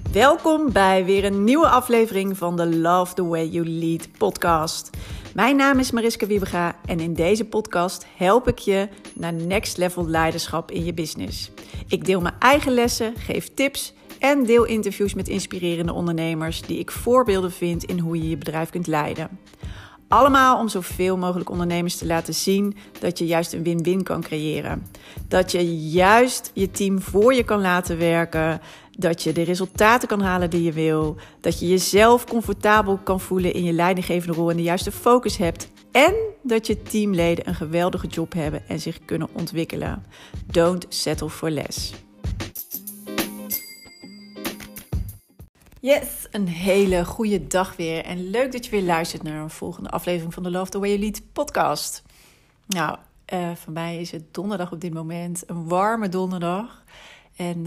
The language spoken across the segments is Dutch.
Welkom bij weer een nieuwe aflevering van de Love the Way You Lead podcast. Mijn naam is Mariska Wiebega en in deze podcast help ik je naar next level leiderschap in je business. Ik deel mijn eigen lessen, geef tips en deel interviews met inspirerende ondernemers die ik voorbeelden vind in hoe je je bedrijf kunt leiden. Allemaal om zoveel mogelijk ondernemers te laten zien dat je juist een win-win kan creëren. Dat je juist je team voor je kan laten werken. Dat je de resultaten kan halen die je wil. Dat je jezelf comfortabel kan voelen in je leidinggevende rol en de juiste focus hebt. En dat je teamleden een geweldige job hebben en zich kunnen ontwikkelen. Don't settle for less. Yes, een hele goede dag weer. En leuk dat je weer luistert naar een volgende aflevering van de Love the Way You Lead podcast. Nou, voor mij is het donderdag op dit moment. Een warme donderdag. En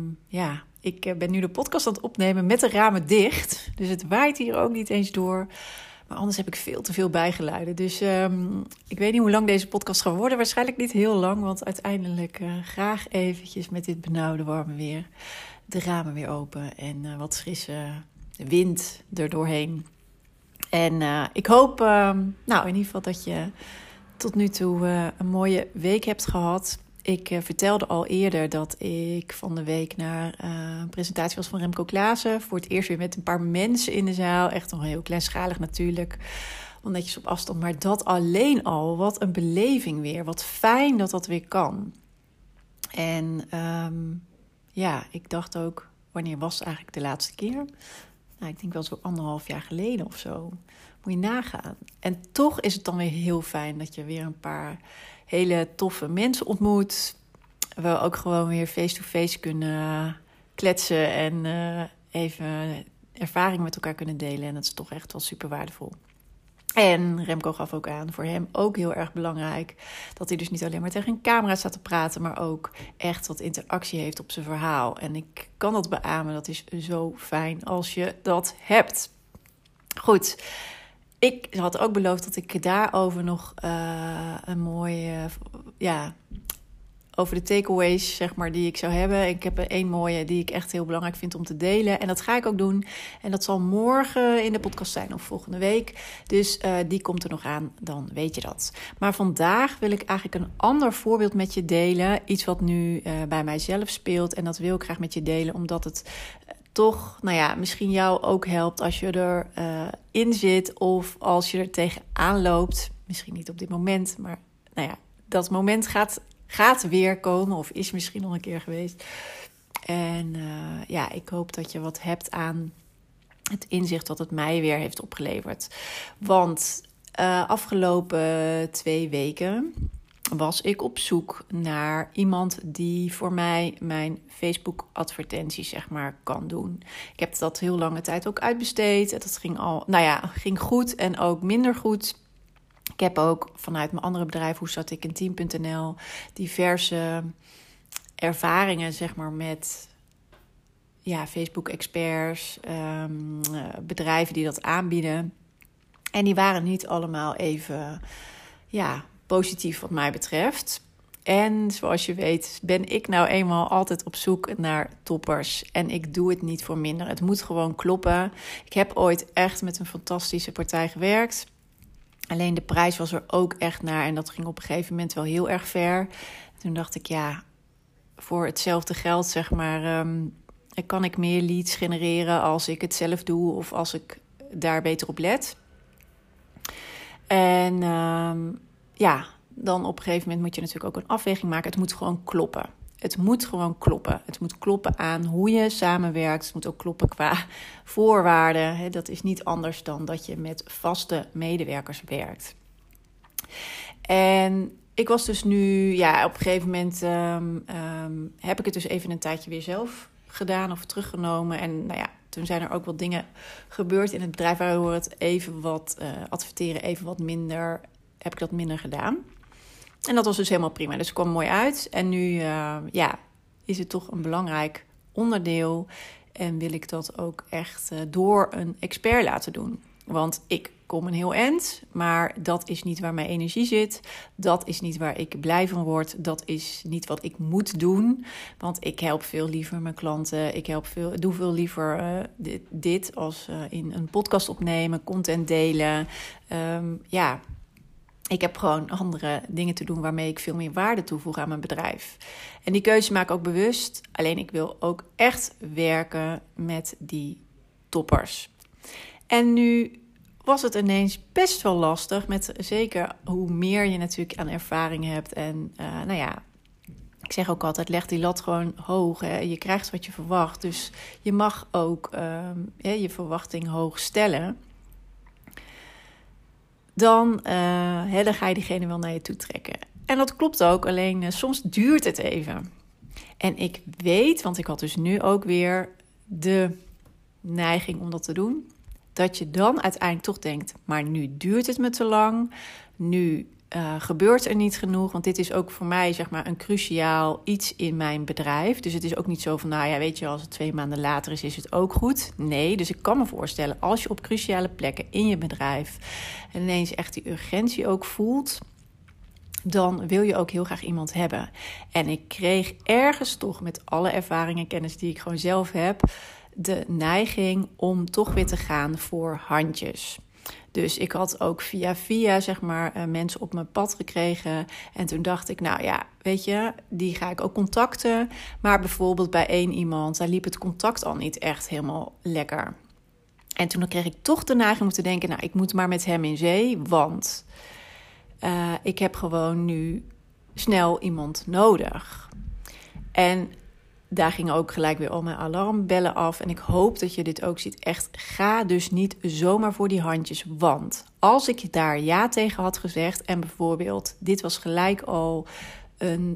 ik ben nu de podcast aan het opnemen met de ramen dicht. Dus het waait hier ook niet eens door. Maar anders heb ik veel te veel bijgeluiden. Dus ik weet niet hoe lang deze podcast gaat worden. Waarschijnlijk niet heel lang, want uiteindelijk graag eventjes met dit benauwde warme weer de ramen weer open en wat frisse wind er doorheen. En ik hoop in ieder geval dat je tot nu toe een mooie week hebt gehad. Ik vertelde al eerder dat ik van de week naar een presentatie was van Remco Klaassen. Voor het eerst weer met een paar mensen in de zaal. Echt nog heel kleinschalig natuurlijk. Wel netjes op afstand. Maar dat alleen al, wat een beleving weer. Wat fijn dat dat weer kan. En ik dacht ook, wanneer was het eigenlijk de laatste keer? Nou, ik denk wel zo 1,5 jaar geleden of zo. Moet je nagaan. En toch is het dan weer heel fijn dat je weer een paar hele toffe mensen ontmoet. We ook gewoon weer face-to-face kunnen kletsen en even ervaringen met elkaar kunnen delen. En dat is toch echt wel super waardevol. En Remco gaf ook aan, voor hem ook heel erg belangrijk, dat hij dus niet alleen maar tegen een camera staat te praten, maar ook echt wat interactie heeft op zijn verhaal. En ik kan dat beamen, dat is zo fijn als je dat hebt. Goed, ik had ook beloofd dat ik daarover nog een mooie, over de takeaways, zeg maar, die ik zou hebben. Ik heb er 1 mooie die ik echt heel belangrijk vind om te delen. En dat ga ik ook doen. En dat zal morgen in de podcast zijn of volgende week. Dus die komt er nog aan, dan weet je dat. Maar vandaag wil ik eigenlijk een ander voorbeeld met je delen. Iets wat nu bij mijzelf speelt. En dat wil ik graag met je delen, omdat het toch, misschien jou ook helpt als je erin zit. Of als je er tegenaan loopt. Misschien niet op dit moment, maar dat moment gaat weer komen of is misschien nog een keer geweest. En ik hoop dat je wat hebt aan het inzicht wat het mij weer heeft opgeleverd. Want afgelopen 2 weken was ik op zoek naar iemand die voor mij mijn Facebook-advertenties, zeg maar, kan doen. Ik heb dat heel lange tijd ook uitbesteed. Dat ging goed en ook minder goed. Ik heb ook vanuit mijn andere bedrijf, Hoe Start Ik Een Team.nl, diverse ervaringen, zeg maar, met Facebook-experts, bedrijven die dat aanbieden. En die waren niet allemaal even positief wat mij betreft. En zoals je weet ben ik nou eenmaal altijd op zoek naar toppers. En ik doe het niet voor minder. Het moet gewoon kloppen. Ik heb ooit echt met een fantastische partij gewerkt. Alleen de prijs was er ook echt naar. En dat ging op een gegeven moment wel heel erg ver. Toen dacht ik, voor hetzelfde geld, zeg maar, kan ik meer leads genereren als ik het zelf doe of als ik daar beter op let. En dan op een gegeven moment moet je natuurlijk ook een afweging maken. Het moet gewoon kloppen. Het moet gewoon kloppen. Het moet kloppen aan hoe je samenwerkt. Het moet ook kloppen qua voorwaarden. Dat is niet anders dan dat je met vaste medewerkers werkt. En ik was dus nu, op een gegeven moment heb ik het dus even een tijdje weer zelf gedaan of teruggenomen. En toen zijn er ook wat dingen gebeurd in het bedrijf waardoor het even wat adverteren, even wat minder, heb ik dat minder gedaan. En dat was dus helemaal prima. Dus het kwam mooi uit. En nu is het toch een belangrijk onderdeel. En wil ik dat ook echt door een expert laten doen. Want ik kom een heel eind, maar dat is niet waar mijn energie zit. Dat is niet waar ik blij van word. Dat is niet wat ik moet doen, want ik help veel liever mijn klanten. Ik doe veel liever dit als in een podcast opnemen, content delen. Ik heb gewoon andere dingen te doen waarmee ik veel meer waarde toevoeg aan mijn bedrijf. En die keuze maak ik ook bewust. Alleen ik wil ook echt werken met die toppers. En nu was het ineens best wel lastig. Met zeker hoe meer je natuurlijk aan ervaring hebt. En ik zeg ook altijd, leg die lat gewoon hoog. Hè. Je krijgt wat je verwacht. Dus je mag ook je verwachting hoog stellen. Dan ga je diegene wel naar je toe trekken. En dat klopt ook, alleen soms duurt het even. En ik weet, want ik had dus nu ook weer de neiging om dat te doen, dat je dan uiteindelijk toch denkt, maar nu duurt het me te lang. Nu gebeurt er niet genoeg, want dit is ook voor mij zeg maar een cruciaal iets in mijn bedrijf. Dus het is ook niet zo van, weet je, als het 2 maanden later is het ook goed. Nee, dus ik kan me voorstellen, als je op cruciale plekken in je bedrijf ineens echt die urgentie ook voelt, dan wil je ook heel graag iemand hebben. En ik kreeg ergens toch met alle ervaring en kennis die ik gewoon zelf heb, de neiging om toch weer te gaan voor handjes. Dus ik had ook via zeg maar mensen op mijn pad gekregen. En toen dacht ik, weet je, die ga ik ook contacten. Maar bijvoorbeeld bij 1 iemand, daar liep het contact al niet echt helemaal lekker. En toen kreeg ik toch de neiging om te denken, ik moet maar met hem in zee. Want ik heb gewoon nu snel iemand nodig. En daar gingen ook gelijk weer al mijn alarmbellen af. En ik hoop dat je dit ook ziet. Echt, ga dus niet zomaar voor die handjes. Want als ik daar ja tegen had gezegd, en bijvoorbeeld, dit was gelijk al een,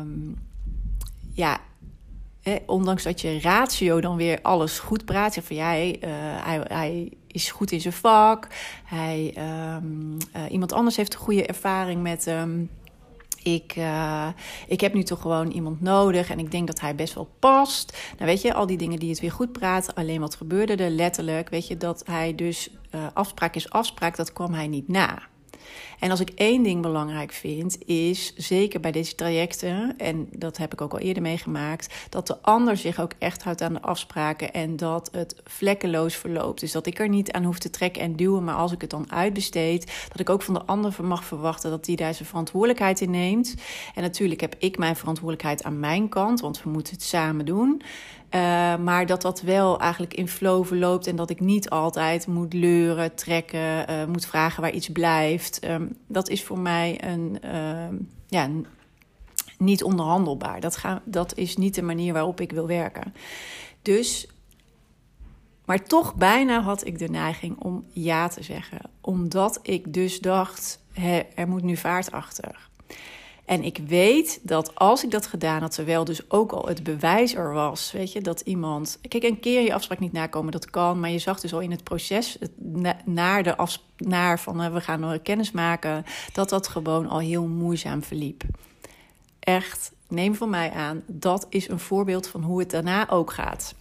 ondanks dat je ratio dan weer alles goed praat. Zeg van hij is goed in zijn vak. Iemand anders heeft een goede ervaring met hem. Ik heb nu toch gewoon iemand nodig en ik denk dat hij best wel past. Nou weet je, al die dingen die het weer goed praten. Alleen wat gebeurde er letterlijk? Weet je, dat hij dus afspraak is afspraak, dat kwam hij niet na. En als ik 1 ding belangrijk vind, is zeker bij deze trajecten, en dat heb ik ook al eerder meegemaakt, dat de ander zich ook echt houdt aan de afspraken en dat het vlekkeloos verloopt. Dus dat ik er niet aan hoef te trekken en duwen, maar als ik het dan uitbesteed, dat ik ook van de ander mag verwachten dat die daar zijn verantwoordelijkheid in neemt. En natuurlijk heb ik mijn verantwoordelijkheid aan mijn kant, want we moeten het samen doen. Maar dat wel eigenlijk in flow verloopt en dat ik niet altijd moet leuren, trekken, moet vragen waar iets blijft. Dat is voor mij niet onderhandelbaar. Dat is niet de manier waarop ik wil werken. Dus, maar toch bijna had ik de neiging om ja te zeggen. Omdat ik dus dacht, er moet nu vaart achter. En ik weet dat als ik dat gedaan had, terwijl dus ook al het bewijs er was, weet je, dat iemand, kijk, een keer je afspraak niet nakomen, dat kan, maar je zag dus al in het proces naar van we gaan kennis maken, dat gewoon al heel moeizaam verliep. Echt, neem van mij aan, dat is een voorbeeld van hoe het daarna ook gaat.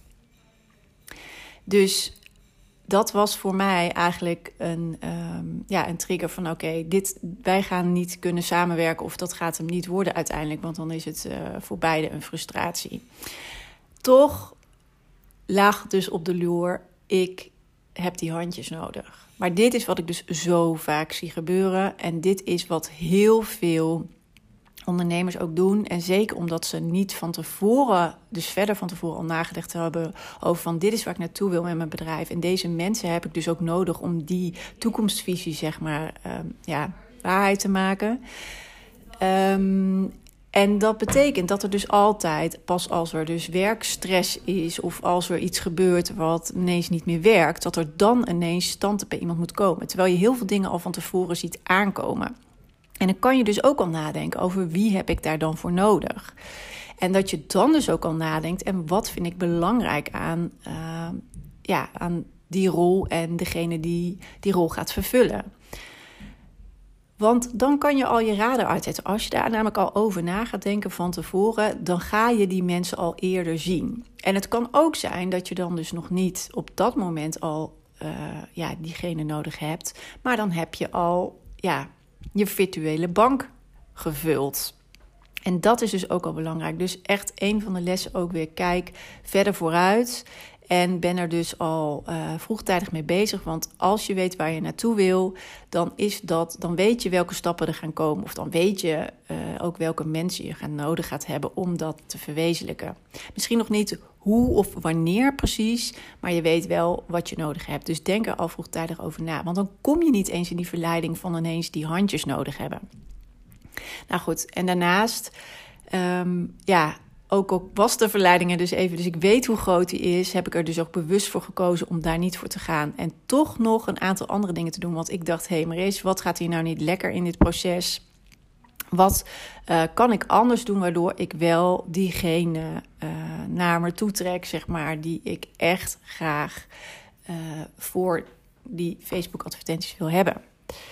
Dus dat was voor mij eigenlijk een trigger van wij gaan niet kunnen samenwerken of dat gaat hem niet worden uiteindelijk, want dan is het voor beide een frustratie. Toch lag dus op de loer, ik heb die handjes nodig. Maar dit is wat ik dus zo vaak zie gebeuren en dit is wat heel veel ondernemers ook doen. En zeker omdat ze niet van tevoren, dus verder van tevoren al nagedacht hebben over van dit is waar ik naartoe wil met mijn bedrijf. En deze mensen heb ik dus ook nodig om die toekomstvisie, zeg maar, waarheid te maken. En dat betekent dat er dus altijd, pas als er dus werkstress is of als er iets gebeurt wat ineens niet meer werkt, dat er dan ineens tante bij iemand moet komen. Terwijl je heel veel dingen al van tevoren ziet aankomen. En dan kan je dus ook al nadenken over wie heb ik daar dan voor nodig. En dat je dan dus ook al nadenkt en wat vind ik belangrijk aan die rol en degene die die rol gaat vervullen. Want dan kan je al je radar uitzetten. Als je daar namelijk al over na gaat denken van tevoren, dan ga je die mensen al eerder zien. En het kan ook zijn dat je dan dus nog niet op dat moment al diegene nodig hebt. Maar dan heb je al je virtuele bank gevuld. En dat is dus ook al belangrijk. Dus echt een van de lessen ook weer, kijk verder vooruit. En ben er dus al vroegtijdig mee bezig. Want als je weet waar je naartoe wil, dan weet je welke stappen er gaan komen. Of dan weet je ook welke mensen je nodig gaat hebben om dat te verwezenlijken. Misschien nog niet hoe of wanneer precies, maar je weet wel wat je nodig hebt. Dus denk er al vroegtijdig over na. Want dan kom je niet eens in die verleiding van ineens die handjes nodig hebben. Nou goed, en daarnaast, ook was de verleiding er dus even. Dus ik weet hoe groot die is. Heb ik er dus ook bewust voor gekozen om daar niet voor te gaan. En toch nog een aantal andere dingen te doen. Want ik dacht, Maries, wat gaat hier nou niet lekker in dit proces? Wat kan ik anders doen waardoor ik wel diegene naar me toe trek, zeg maar, die ik echt graag voor die Facebook advertenties wil hebben.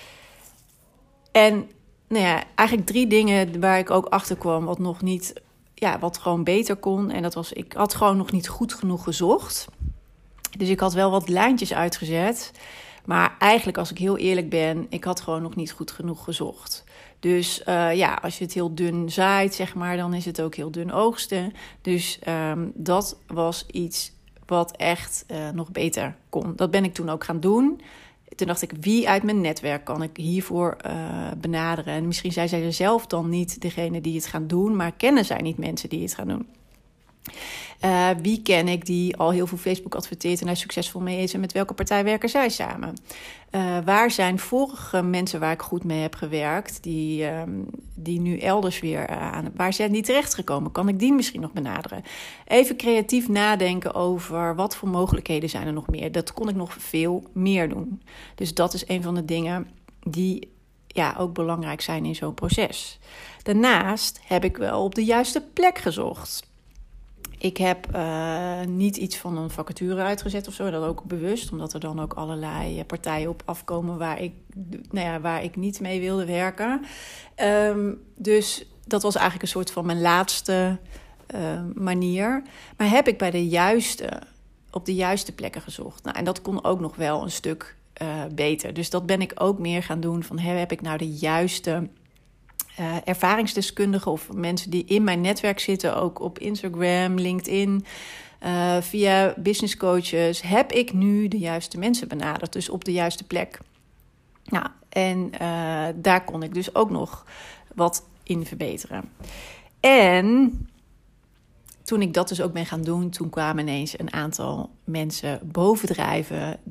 En eigenlijk 3 dingen waar ik ook achter kwam wat nog niet, wat gewoon beter kon. En dat was, ik had gewoon nog niet goed genoeg gezocht. Dus ik had wel wat lijntjes uitgezet. Maar eigenlijk, als ik heel eerlijk ben, ik had gewoon nog niet goed genoeg gezocht. Dus als je het heel dun zaait, zeg maar, dan is het ook heel dun oogsten. Dus dat was iets wat echt nog beter kon. Dat ben ik toen ook gaan doen. Toen dacht ik, wie uit mijn netwerk kan ik hiervoor benaderen? En misschien zijn zij er zelf dan niet degene die het gaan doen, maar kennen zij niet mensen die het gaan doen? Wie ken ik die al heel veel Facebook adverteert en daar succesvol mee is en met welke partij werken zij samen? Waar zijn vorige mensen waar ik goed mee heb gewerkt, die nu elders weer waar zijn die terechtgekomen? Kan ik die misschien nog benaderen? Even creatief nadenken over wat voor mogelijkheden zijn er nog meer. Dat kon ik nog veel meer doen. Dus dat is een van de dingen die ook belangrijk zijn in zo'n proces. Daarnaast heb ik wel op de juiste plek gezocht. Ik heb niet iets van een vacature uitgezet of zo, dat ook bewust, omdat er dan ook allerlei partijen op afkomen waar ik niet mee wilde werken. Dus dat was eigenlijk een soort van mijn laatste manier. Maar heb ik op de juiste plekken gezocht. Nou, en dat kon ook nog wel een stuk beter. Dus dat ben ik ook meer gaan doen van, heb ik nou de juiste ervaringsdeskundigen of mensen die in mijn netwerk zitten, ook op Instagram, LinkedIn, via business coaches, heb ik nu de juiste mensen benaderd, dus op de juiste plek. Nou, en daar kon ik dus ook nog wat in verbeteren. En toen ik dat dus ook ben gaan doen, toen kwamen ineens een aantal mensen bovendrijven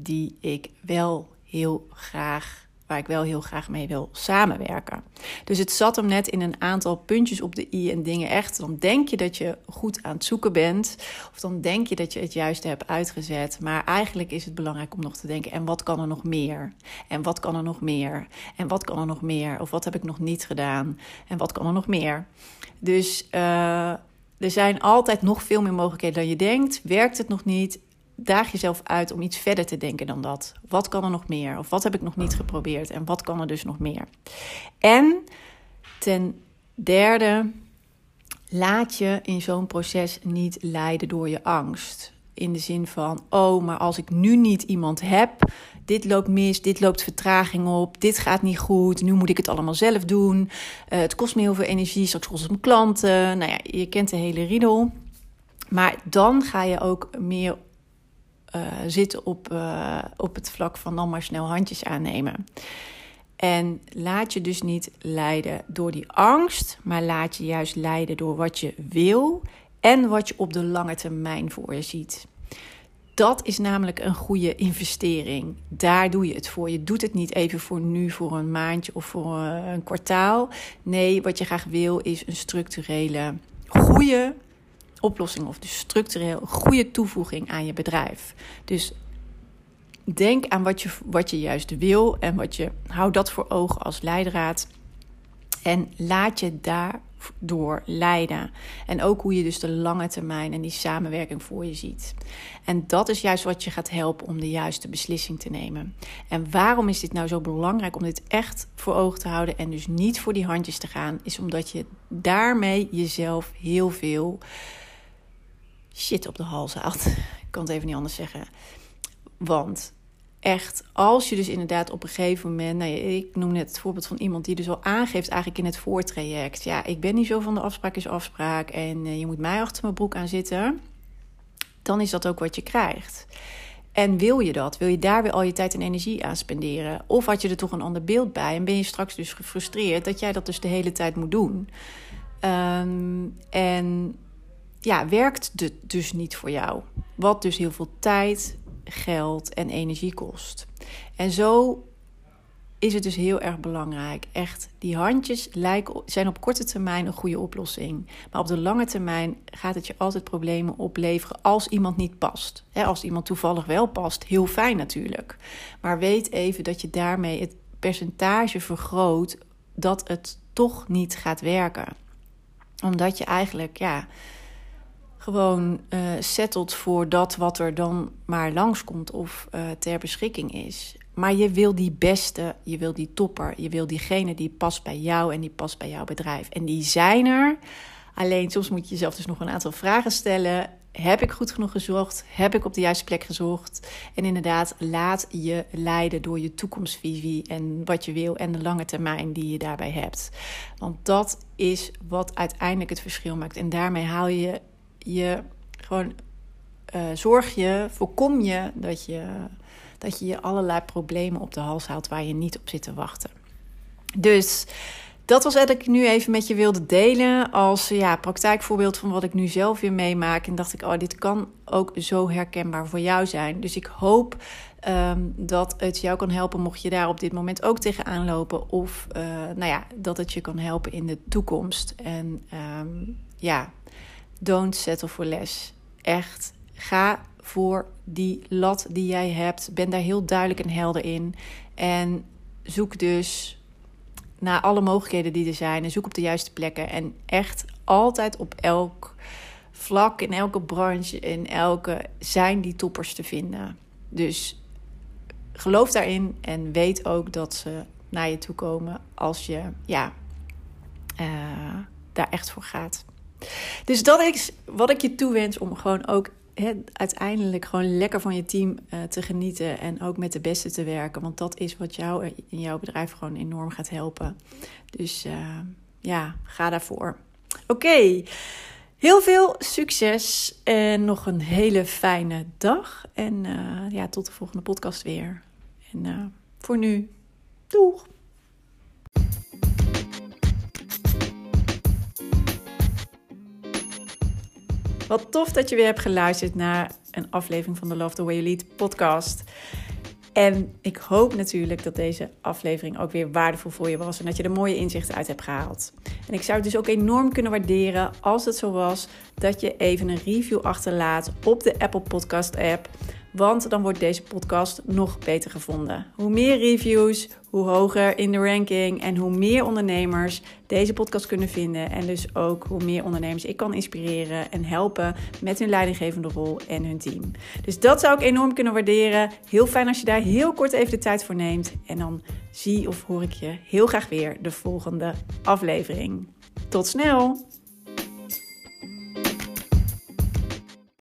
waar ik wel heel graag mee wil samenwerken. Dus het zat hem net in een aantal puntjes op de i en dingen echt. Dan denk je dat je goed aan het zoeken bent. Of dan denk je dat je het juiste hebt uitgezet. Maar eigenlijk is het belangrijk om nog te denken, en wat kan er nog meer? En wat kan er nog meer? En wat kan er nog meer? Of wat heb ik nog niet gedaan? En wat kan er nog meer? Dus er zijn altijd nog veel meer mogelijkheden dan je denkt. Werkt het nog niet? Daag jezelf uit om iets verder te denken dan dat. Wat kan er nog meer? Of wat heb ik nog niet geprobeerd? En wat kan er dus nog meer? En ten derde, laat je in zo'n proces niet leiden door je angst. In de zin van, maar als ik nu niet iemand heb, dit loopt mis, dit loopt vertraging op, dit gaat niet goed, nu moet ik het allemaal zelf doen. Het kost me heel veel energie, straks kost het mijn klanten. Nou ja, je kent de hele riedel. Maar dan ga je ook meer zitten op het vlak van dan maar snel handjes aannemen. En laat je dus niet leiden door die angst, maar laat je juist leiden door wat je wil en wat je op de lange termijn voor je ziet. Dat is namelijk een goede investering. Daar doe je het voor. Je doet het niet even voor nu, voor een maandje of voor een kwartaal. Nee, wat je graag wil is een structurele goede oplossing of dus structureel goede toevoeging aan je bedrijf. Dus denk aan wat je juist wil en hou dat voor ogen als leidraad. En laat je daardoor leiden. En ook hoe je dus de lange termijn en die samenwerking voor je ziet. En dat is juist wat je gaat helpen om de juiste beslissing te nemen. En waarom is dit nou zo belangrijk om dit echt voor ogen te houden en dus niet voor die handjes te gaan? Is omdat je daarmee jezelf heel veel shit op de hals haalt. Ik kan het even niet anders zeggen. Want echt, als je dus inderdaad op een gegeven moment... ik noem net het voorbeeld van iemand die dus al aangeeft eigenlijk in het voortraject... ja, ik ben niet zo van de afspraak is afspraak en je moet mij achter mijn broek aan zitten... dan is dat ook wat je krijgt. En wil je dat? Wil je daar weer al je tijd en energie aan spenderen? Of had je er toch een ander beeld bij en ben je straks dus gefrustreerd... dat jij dat dus de hele tijd moet doen? En ja, werkt het dus niet voor jou. Wat dus heel veel tijd, geld en energie kost. En zo is het dus heel erg belangrijk. Echt, die handjes zijn op korte termijn een goede oplossing. Maar op de lange termijn gaat het je altijd problemen opleveren als iemand niet past. Als iemand toevallig wel past, heel fijn natuurlijk. Maar weet even dat je daarmee het percentage vergroot dat het toch niet gaat werken. Omdat je eigenlijk, gewoon settelt voor dat wat er dan maar langskomt of ter beschikking is. Maar je wil die beste, je wil die topper, je wil diegene die past bij jou en die past bij jouw bedrijf. En die zijn er. Alleen soms moet je jezelf dus nog een aantal vragen stellen. Heb ik goed genoeg gezocht? Heb ik op de juiste plek gezocht? En inderdaad, laat je leiden door je toekomstvisie en wat je wil en de lange termijn die je daarbij hebt. Want dat is wat uiteindelijk het verschil maakt. En daarmee haal je gewoon voorkom je dat je allerlei problemen op de hals haalt waar je niet op zit te wachten. Dus dat was wat ik nu even met je wilde delen als praktijkvoorbeeld van wat ik nu zelf weer meemaak. En dacht ik, dit kan ook zo herkenbaar voor jou zijn. Dus ik hoop dat het jou kan helpen mocht je daar op dit moment ook tegenaan lopen. Of dat het je kan helpen in de toekomst. En don't settle for less. Echt, ga voor die lat die jij hebt. Ben daar heel duidelijk en helder in. En zoek dus naar alle mogelijkheden die er zijn. En zoek op de juiste plekken. En echt altijd op elk vlak, in elke branche, zijn die toppers te vinden. Dus geloof daarin en weet ook dat ze naar je toe komen als je daar echt voor gaat. Dus dat is wat ik je toewens om gewoon ook uiteindelijk gewoon lekker van je team te genieten en ook met de beste te werken. Want dat is wat jou in jouw bedrijf gewoon enorm gaat helpen. Dus ga daarvoor. Oké, heel veel succes en nog een hele fijne dag. En tot de volgende podcast weer. En voor nu, doeg! Wat tof dat je weer hebt geluisterd naar een aflevering van de Love the Way You Lead podcast. En ik hoop natuurlijk dat deze aflevering ook weer waardevol voor je was en dat je er mooie inzichten uit hebt gehaald. En ik zou het dus ook enorm kunnen waarderen als het zo was dat je even een review achterlaat op de Apple Podcast app. Want dan wordt deze podcast nog beter gevonden. Hoe meer reviews, hoe hoger in de ranking en hoe meer ondernemers deze podcast kunnen vinden. En dus ook hoe meer ondernemers ik kan inspireren en helpen met hun leidinggevende rol en hun team. Dus dat zou ik enorm kunnen waarderen. Heel fijn als je daar heel kort even de tijd voor neemt. En dan zie of hoor ik je heel graag weer de volgende aflevering. Tot snel!